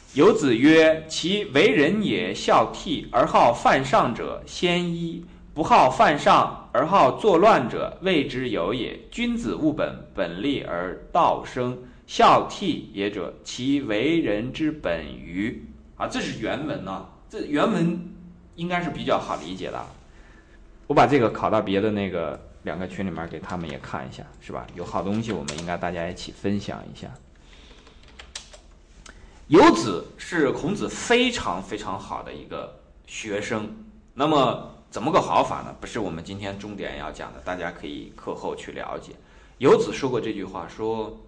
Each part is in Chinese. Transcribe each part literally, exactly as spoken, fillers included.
有子曰：其为人也，孝悌，而好犯上者，先一；不好犯上而好作乱者，谓之有也。君子务本，本立而道生。孝悌也者，其为人之本于。啊，这是原文呢、啊，这原文应该是比较好理解的。我把这个拷到别的那个两个群里面给他们也看一下，是吧？有好东西我们应该大家一起分享一下。有子是孔子非常非常好的一个学生，那么怎么个好法呢？不是我们今天重点要讲的，大家可以课后去了解。有子说过这句话，说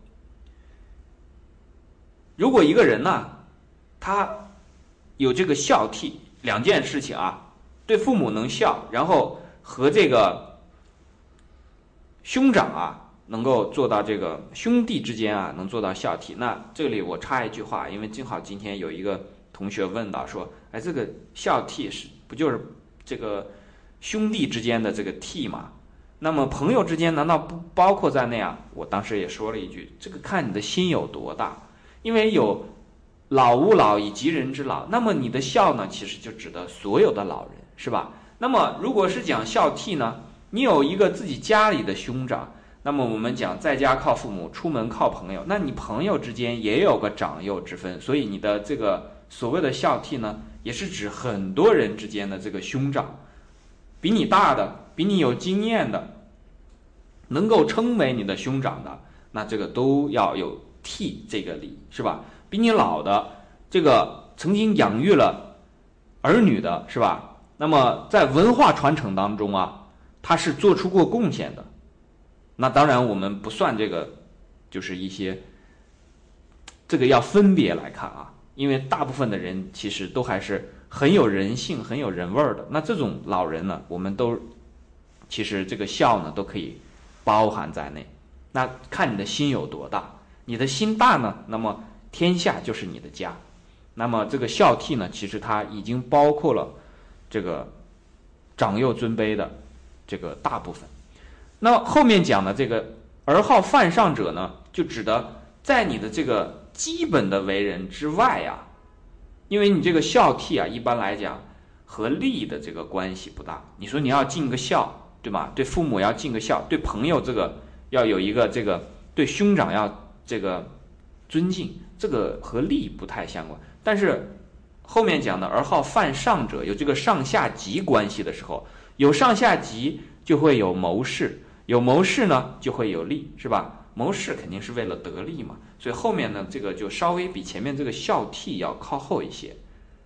如果一个人呢，他有这个孝悌两件事情啊，对父母能孝，然后和这个兄长啊能够做到这个兄弟之间啊能做到孝悌。那这里我插一句话，因为正好今天有一个同学问到说，哎，这个孝悌是不就是这个兄弟之间的这个悌嘛？那么朋友之间难道不包括在内啊？我当时也说了一句，这个看你的心有多大，因为有老吾老以及人之老，那么你的孝呢，其实就指的所有的老人，是吧？那么如果是讲孝悌呢，你有一个自己家里的兄长，那么我们讲在家靠父母，出门靠朋友，那你朋友之间也有个长幼之分，所以你的这个所谓的孝悌呢，也是指很多人之间的这个兄长，比你大的，比你有经验的，能够称为你的兄长的，那这个都要有悌这个礼，是吧？比你老的，这个曾经养育了儿女的，是吧？那么在文化传承当中啊，他是做出过贡献的。那当然我们不算这个，就是一些这个要分别来看啊，因为大部分的人其实都还是很有人性、很有人味儿的。那这种老人呢，我们都其实这个孝呢都可以包含在内。那看你的心有多大，你的心大呢，那么天下就是你的家。那么这个孝悌呢，其实它已经包括了这个长幼尊卑的这个大部分。那后面讲的这个而好犯上者呢，就指的在你的这个基本的为人之外啊，因为你这个孝悌啊，一般来讲和利的这个关系不大。你说你要尽个孝，对吧？对父母要尽个孝，对朋友这个要有一个这个，对兄长要这个尊敬，这个和利不太相关。但是后面讲的而好犯上者，有这个上下级关系的时候，有上下级就会有谋士，有谋士呢就会有利，是吧？谋士肯定是为了得利嘛，所以后面呢这个就稍微比前面这个孝悌要靠后一些。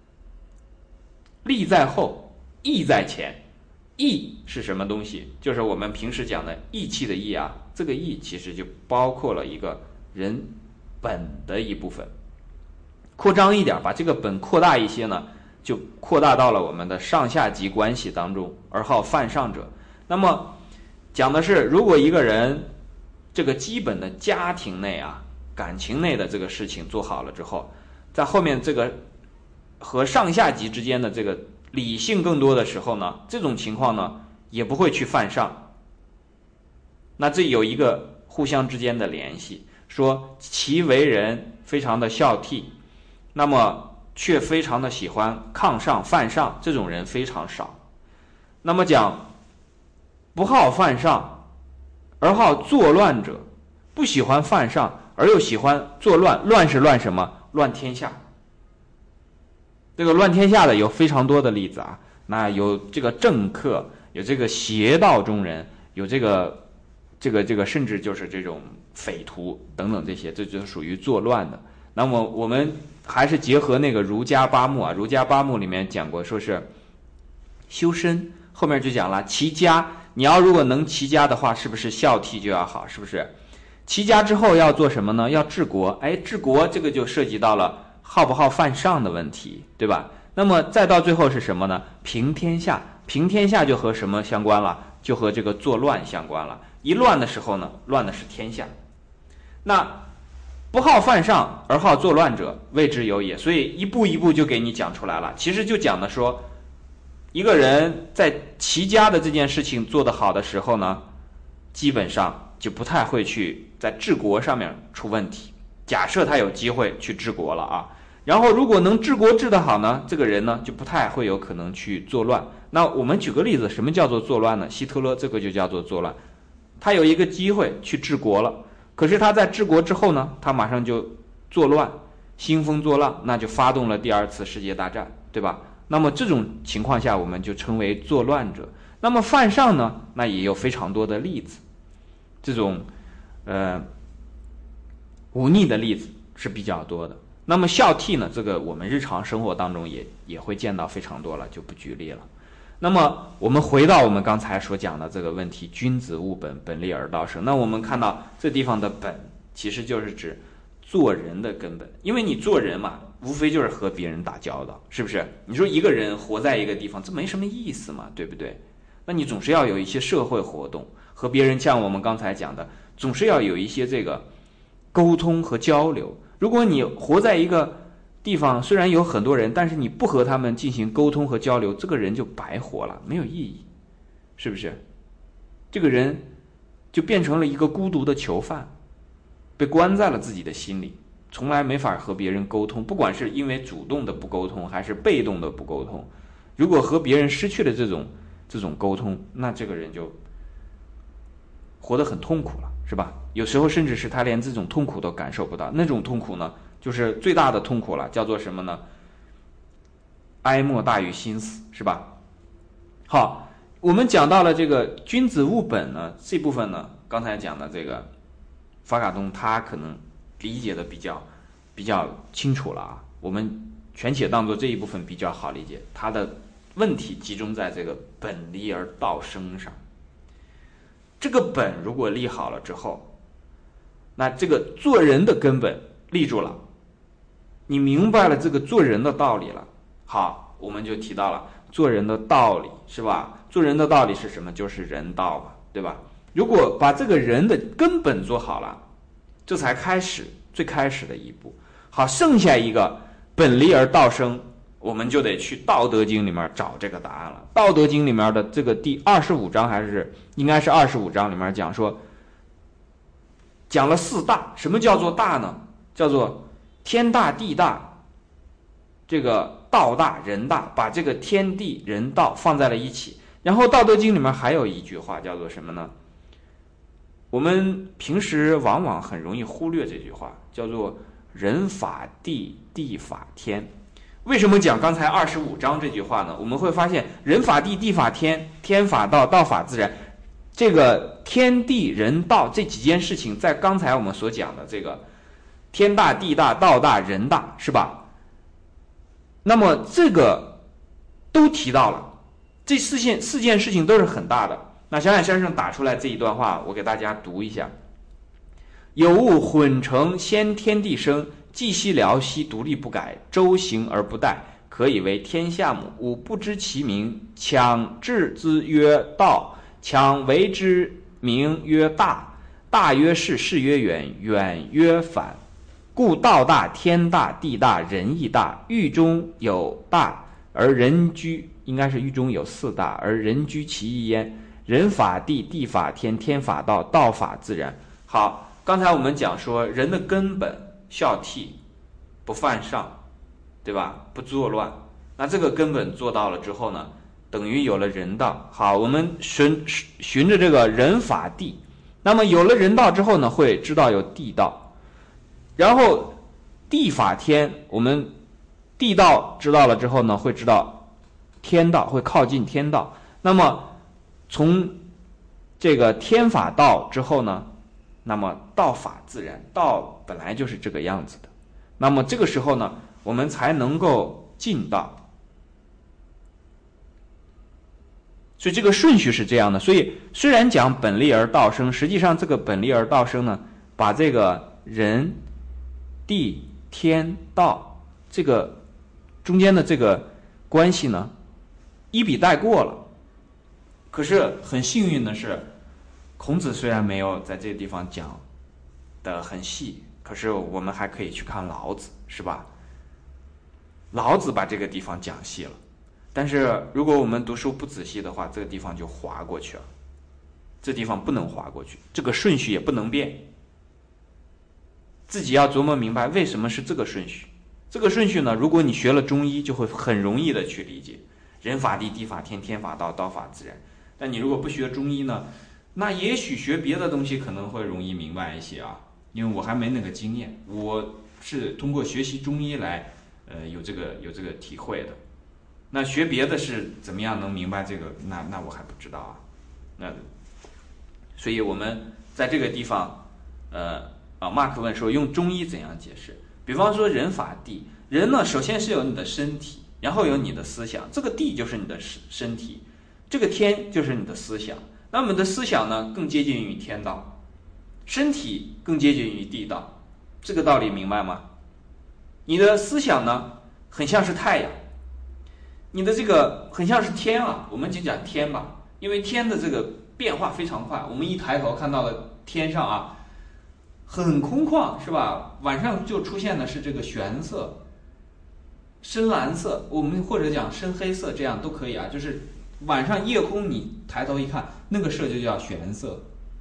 利在后，义在前。义是什么东西？就是我们平时讲的义气的义啊，这个义其实就包括了一个人本的一部分。扩张一点，把这个本扩大一些呢，就扩大到了我们的上下级关系当中，而好犯上者。那么讲的是，如果一个人这个基本的家庭内啊、感情内的这个事情做好了之后，在后面这个和上下级之间的这个理性更多的时候呢，这种情况呢也不会去犯上。那这有一个互相之间的联系，说其为人非常的孝悌，那么却非常的喜欢抗上犯上，这种人非常少。那么讲不好犯上而好作乱者，不喜欢犯上而又喜欢作乱，乱是乱什么？乱天下。这个乱天下的有非常多的例子啊，那有这个政客，有这个邪道中人，有这个这个这个甚至就是这种匪徒等等，这些这就属于作乱的。那么我们还是结合那个儒家八目啊，儒家八目里面讲过，说是修身，后面就讲了齐家，你要如果能齐家的话，是不是孝悌就要好？是不是？齐家之后要做什么呢？要治国。哎，治国这个就涉及到了好不好犯上的问题，对吧？那么再到最后是什么呢？平天下，平天下就和什么相关了？就和这个作乱相关了。一乱的时候呢，乱的是天下。那不好犯上而好作乱者，谓之有也。所以一步一步就给你讲出来了。其实就讲的说，一个人在齐家的这件事情做得好的时候呢，基本上就不太会去在治国上面出问题。假设他有机会去治国了啊， 然后如果能治国治得好呢，这个人呢就不太会有可能去作乱。那我们举个例子，什么叫做作乱呢？希特勒这个就叫做作乱。他有一个机会去治国了，可是他在治国之后呢，他马上就作乱，兴风作浪，那就发动了第二次世界大战，对吧？那么这种情况下，我们就称为作乱者。那么犯上呢，那也有非常多的例子，这种呃忤逆的例子是比较多的。那么孝悌呢，这个我们日常生活当中也也会见到非常多了，就不举例了。那么我们回到我们刚才所讲的这个问题，君子务本，本立而道生。那我们看到这地方的本其实就是指做人的根本，因为你做人嘛，无非就是和别人打交道，是不是？你说一个人活在一个地方，这没什么意思嘛，对不对？那你总是要有一些社会活动，和别人像我们刚才讲的，总是要有一些这个沟通和交流。如果你活在一个地方，虽然有很多人，但是你不和他们进行沟通和交流，这个人就白活了，没有意义，是不是？这个人就变成了一个孤独的囚犯，被关在了自己的心里，从来没法和别人沟通，不管是因为主动的不沟通，还是被动的不沟通。如果和别人失去了这种这种沟通，那这个人就活得很痛苦了，是吧？有时候甚至是他连这种痛苦都感受不到，那种痛苦呢，就是最大的痛苦了，叫做什么呢？哀莫大于心死，是吧？好，我们讲到了这个君子务本呢，这部分呢，刚才讲的这个法卡东他可能理解的比较比较清楚了啊，我们全且当做这一部分比较好理解，他的问题集中在这个本立而道生上。这个本如果立好了之后，那这个做人的根本立住了，你明白了这个做人的道理了，好，我们就提到了做人的道理，是吧？做人的道理是什么？就是人道嘛，对吧？如果把这个人的根本做好了，这才开始最开始的一步。好，剩下一个本立而道生，我们就得去《道德经》里面找这个答案了。《道德经》里面的这个第二十五章，还是应该是二十五章里面讲说，讲了四大。什么叫做大呢？叫做天大地大，这个道大人大，把这个天地人道放在了一起。然后《道德经》里面还有一句话叫做什么呢？我们平时往往很容易忽略这句话，叫做人法地，地法天。为什么讲刚才二十五章这句话呢？我们会发现人法地，地法天，天法道，道法自然。这个天地人道这几件事情，在刚才我们所讲的这个天大地大道大人大，是吧？那么这个都提到了，这四件四件事情都是很大的。那小冉先生打出来这一段话，我给大家读一下：有物混成，先天地生，寂兮寥兮，独立不改，周行而不殆，可以为天下母。吾不知其名，强治之曰道，强为之名曰大。大曰是，是曰远，远曰反。故道大，天大，地大，人亦大。狱中有大，而人居，应该是狱中有四大，而人居其一焉。人法地，地法天，天法道，道法自然。好，刚才我们讲说人的根本孝悌，不犯上，对吧？不作乱。那这个根本做到了之后呢，等于有了人道。好，我们循循着这个人法地，那么有了人道之后呢，会知道有地道，然后地法天，我们地道知道了之后呢，会知道天道，会靠近天道。那么从这个天法道之后呢，那么道法自然，道本来就是这个样子的。那么这个时候呢，我们才能够进道。所以这个顺序是这样的。所以虽然讲本立而道生，实际上这个本立而道生呢，把这个人、地、天、道这个中间的这个关系呢，一笔带过了。可是很幸运的是，孔子虽然没有在这个地方讲的很细，可是我们还可以去看老子，是吧？老子把这个地方讲细了，但是如果我们读书不仔细的话，这个地方就划过去了。这地方不能划过去，这个顺序也不能变，自己要琢磨明白为什么是这个顺序， 这个顺序呢，如果你学了中医，就会很容易的去理解，人法地，地法天，天法道，道法自然。但你如果不学中医呢，那也许学别的东西可能会容易明白一些啊，因为我还没那个经验，我是通过学习中医来，呃，有这个有这个体会的。那学别的是怎么样能明白这个？那那我还不知道啊。那所以我们在这个地方，呃啊，马克问说用中医怎样解释？比方说人法地，人呢首先是有你的身体，然后有你的思想，这个地就是你的身体，这个天就是你的思想。那么你的思想呢更接近于天道，身体更接近于地道，这个道理明白吗？你的思想呢很像是太阳，你的这个很像是天啊，我们就讲天吧，因为天的这个变化非常快，我们一抬头看到了天上啊很空旷，是吧？晚上就出现的是这个玄色、深蓝色，我们或者讲深黑色，这样都可以啊。就是晚上夜空你抬头一看，那个色就叫玄色，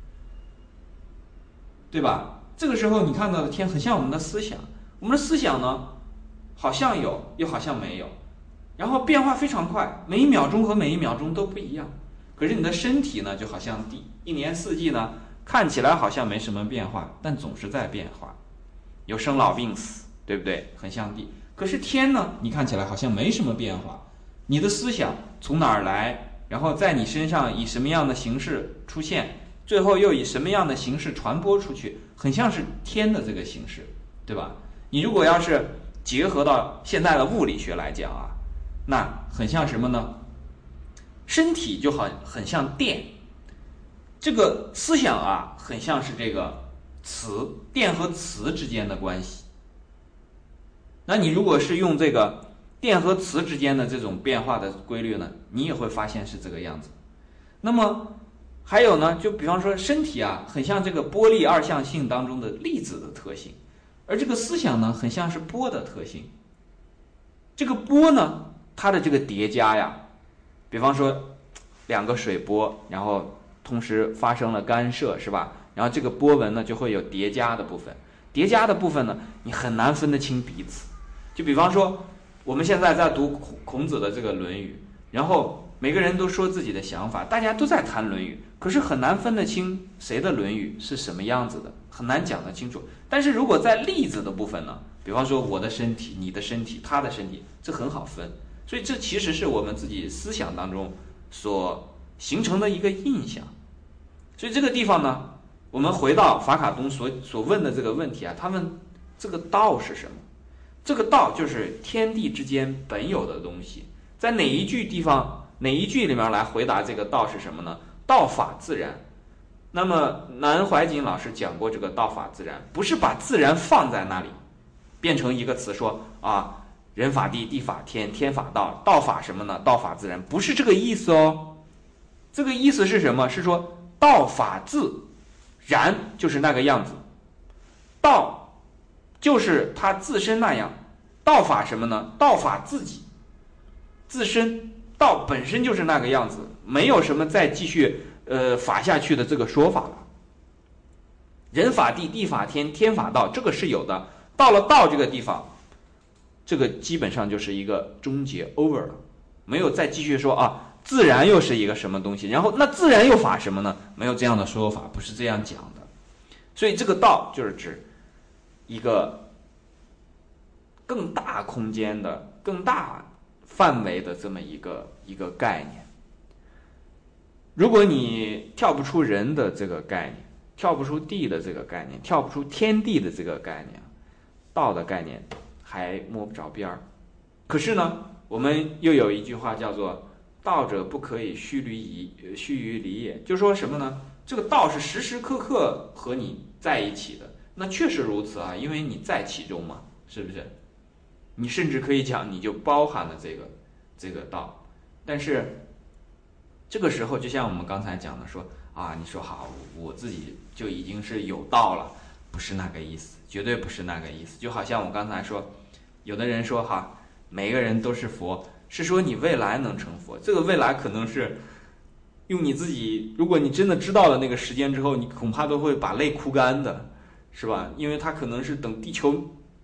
对吧？这个时候你看到的天很像我们的思想，我们的思想呢好像有又好像没有，然后变化非常快，每一秒钟和每一秒钟都不一样。可是你的身体呢就好像地，一年四季呢看起来好像没什么变化，但总是在变化，有生老病死，对不对？很像地。可是天呢，你看起来好像没什么变化，你的思想从哪儿来，然后在你身上以什么样的形式出现，最后又以什么样的形式传播出去，很像是天的这个形式，对吧？你如果要是结合到现在的物理学来讲啊，那很像什么呢？身体就好很像电，这个思想啊很像是这个磁，电和磁之间的关系。那你如果是用这个电和磁之间的这种变化的规律呢，你也会发现是这个样子。那么还有呢，就比方说身体啊很像这个波粒二象性当中的粒子的特性，而这个思想呢很像是波的特性。这个波呢它的这个叠加呀，比方说两个水波，然后同时发生了干涉，是吧？然后这个波纹呢就会有叠加的部分，叠加的部分呢你很难分得清彼此。就比方说我们现在在读孔子的这个《论语》，然后每个人都说自己的想法，大家都在谈《论语》，可是很难分得清谁的《论语》是什么样子的，很难讲得清楚。但是如果在粒子的部分呢，比方说我的身体、你的身体、他的身体，这很好分。所以这其实是我们自己思想当中所形成的一个印象。所以这个地方呢，我们回到法卡东所所问的这个问题啊，他问这个道是什么？这个道就是天地之间本有的东西，在哪一句地方哪一句里面来回答这个道是什么呢？道法自然。那么南怀瑾老师讲过这个道法自然，不是把自然放在那里变成一个词说啊，人法地，地法天，天法道，道法什么呢？道法自然，不是这个意思哦。这个意思是什么？是说道法自然就是那个样子，道就是它自身那样。道法什么呢？道法自己自身，道本身就是那个样子，没有什么再继续呃法下去的这个说法了。人法地，地法天，天法道，这个是有的。到了道这个地方，这个基本上就是一个终结 over 了，没有再继续说啊自然又是一个什么东西，然后那自然又法什么呢？没有这样的说法，不是这样讲的。所以这个道就是指一个更大空间的、更大范围的这么一个一个概念。如果你跳不出人的这个概念，跳不出地的这个概念，跳不出天地的这个概念，道的概念还摸不着边儿。可是呢，我们又有一句话叫做道者不可以虚离夷虚于离也，就说什么呢？这个道是时时刻刻和你在一起的，那确实如此啊，因为你在其中嘛，是不是？你甚至可以讲你就包含了这个这个道。但是这个时候就像我们刚才讲的说啊，你说好我自己就已经是有道了，不是那个意思，绝对不是那个意思。就好像我刚才说有的人说哈，每个人都是佛，是说你未来能成佛，这个未来可能是用你自己，如果你真的知道了那个时间之后，你恐怕都会把泪哭干的，是吧？因为它可能是等地球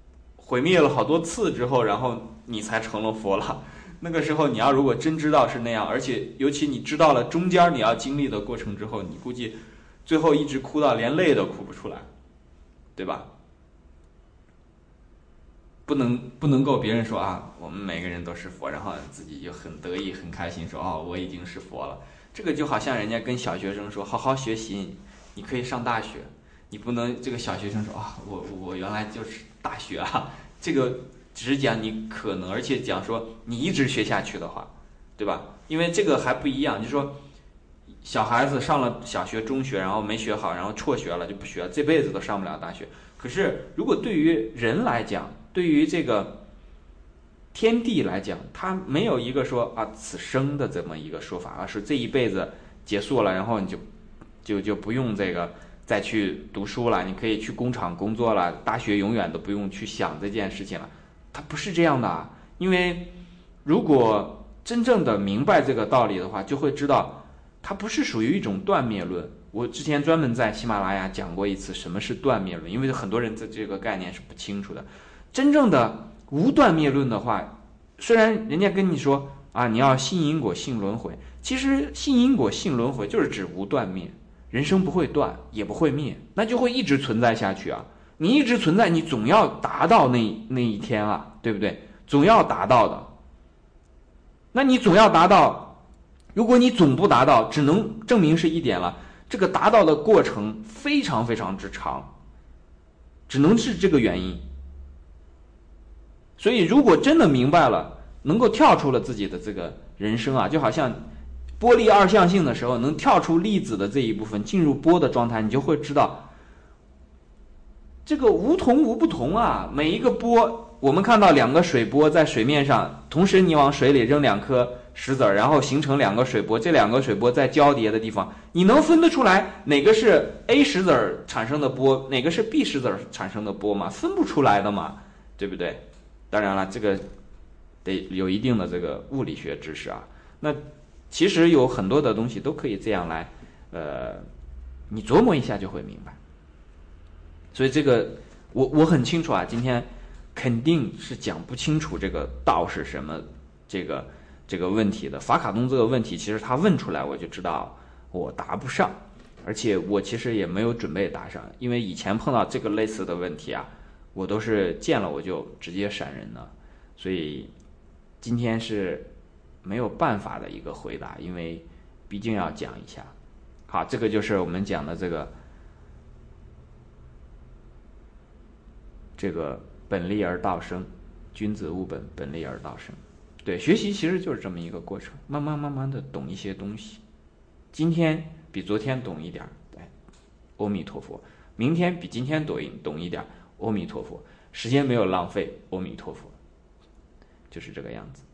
毁灭了好多次之后，然后你才成了佛了。那个时候你要如果真知道是那样，而且尤其你知道了中间你要经历的过程之后，你估计最后一直哭到连泪都哭不出来，对吧？不能不能够别人说啊，我们每个人都是佛，然后自己就很得意很开心说哦，我已经是佛了。这个就好像人家跟小学生说好好学习，你可以上大学。你不能这个小学生说啊，我我原来就是大学啊，这个只是讲你可能，而且讲说你一直学下去的话，对吧？因为这个还不一样，就是说小孩子上了小学、中学，然后没学好，然后辍学了就不学了，这辈子都上不了大学。可是如果对于人来讲，对于这个天地来讲，他没有一个说啊此生的这么一个说法，而是这一辈子结束了，然后你就就就不用这个再去读书了，你可以去工厂工作了，大学永远都不用去想这件事情了。它不是这样的啊，因为如果真正的明白这个道理的话，就会知道它不是属于一种断灭论。我之前专门在喜马拉雅讲过一次什么是断灭论，因为很多人在这个概念是不清楚的。真正的无断灭论的话，虽然人家跟你说啊你要信因果信轮回，其实信因果信轮回就是指无断灭，人生不会断也不会灭，那就会一直存在下去啊。你一直存在，你总要达到那那一天啊，对不对？总要达到的。那你总要达到，如果你总不达到，只能证明是一点了，这个达到的过程非常非常之长，只能是这个原因。所以如果真的明白了，能够跳出了自己的这个人生啊，就好像波粒二象性的时候能跳出粒子的这一部分进入波的状态，你就会知道这个无同无不同啊。每一个波，我们看到两个水波在水面上，同时你往水里扔两颗石子，然后形成两个水波，这两个水波在交叠的地方，你能分得出来哪个是 A 石子产生的波，哪个是 B 石子产生的波吗？分不出来的嘛，对不对？当然了，这个得有一定的这个物理学知识啊。那其实有很多的东西都可以这样来，呃，你琢磨一下就会明白。所以这个我我很清楚啊，今天肯定是讲不清楚这个道是什么这个这个问题的。法卡东这个问题，其实他问出来我就知道我答不上，而且我其实也没有准备答上，因为以前碰到这个类似的问题啊，我都是见了我就直接闪人的，所以今天是没有办法的一个回答，因为毕竟要讲一下。好，这个就是我们讲的这个这个本立而道生，君子务本，本立而道生。对，学习其实就是这么一个过程，慢慢慢慢的懂一些东西。今天比昨天懂一点，对，阿弥陀佛；明天比今天懂一懂一点，阿弥陀佛。时间没有浪费，阿弥陀佛，就是这个样子。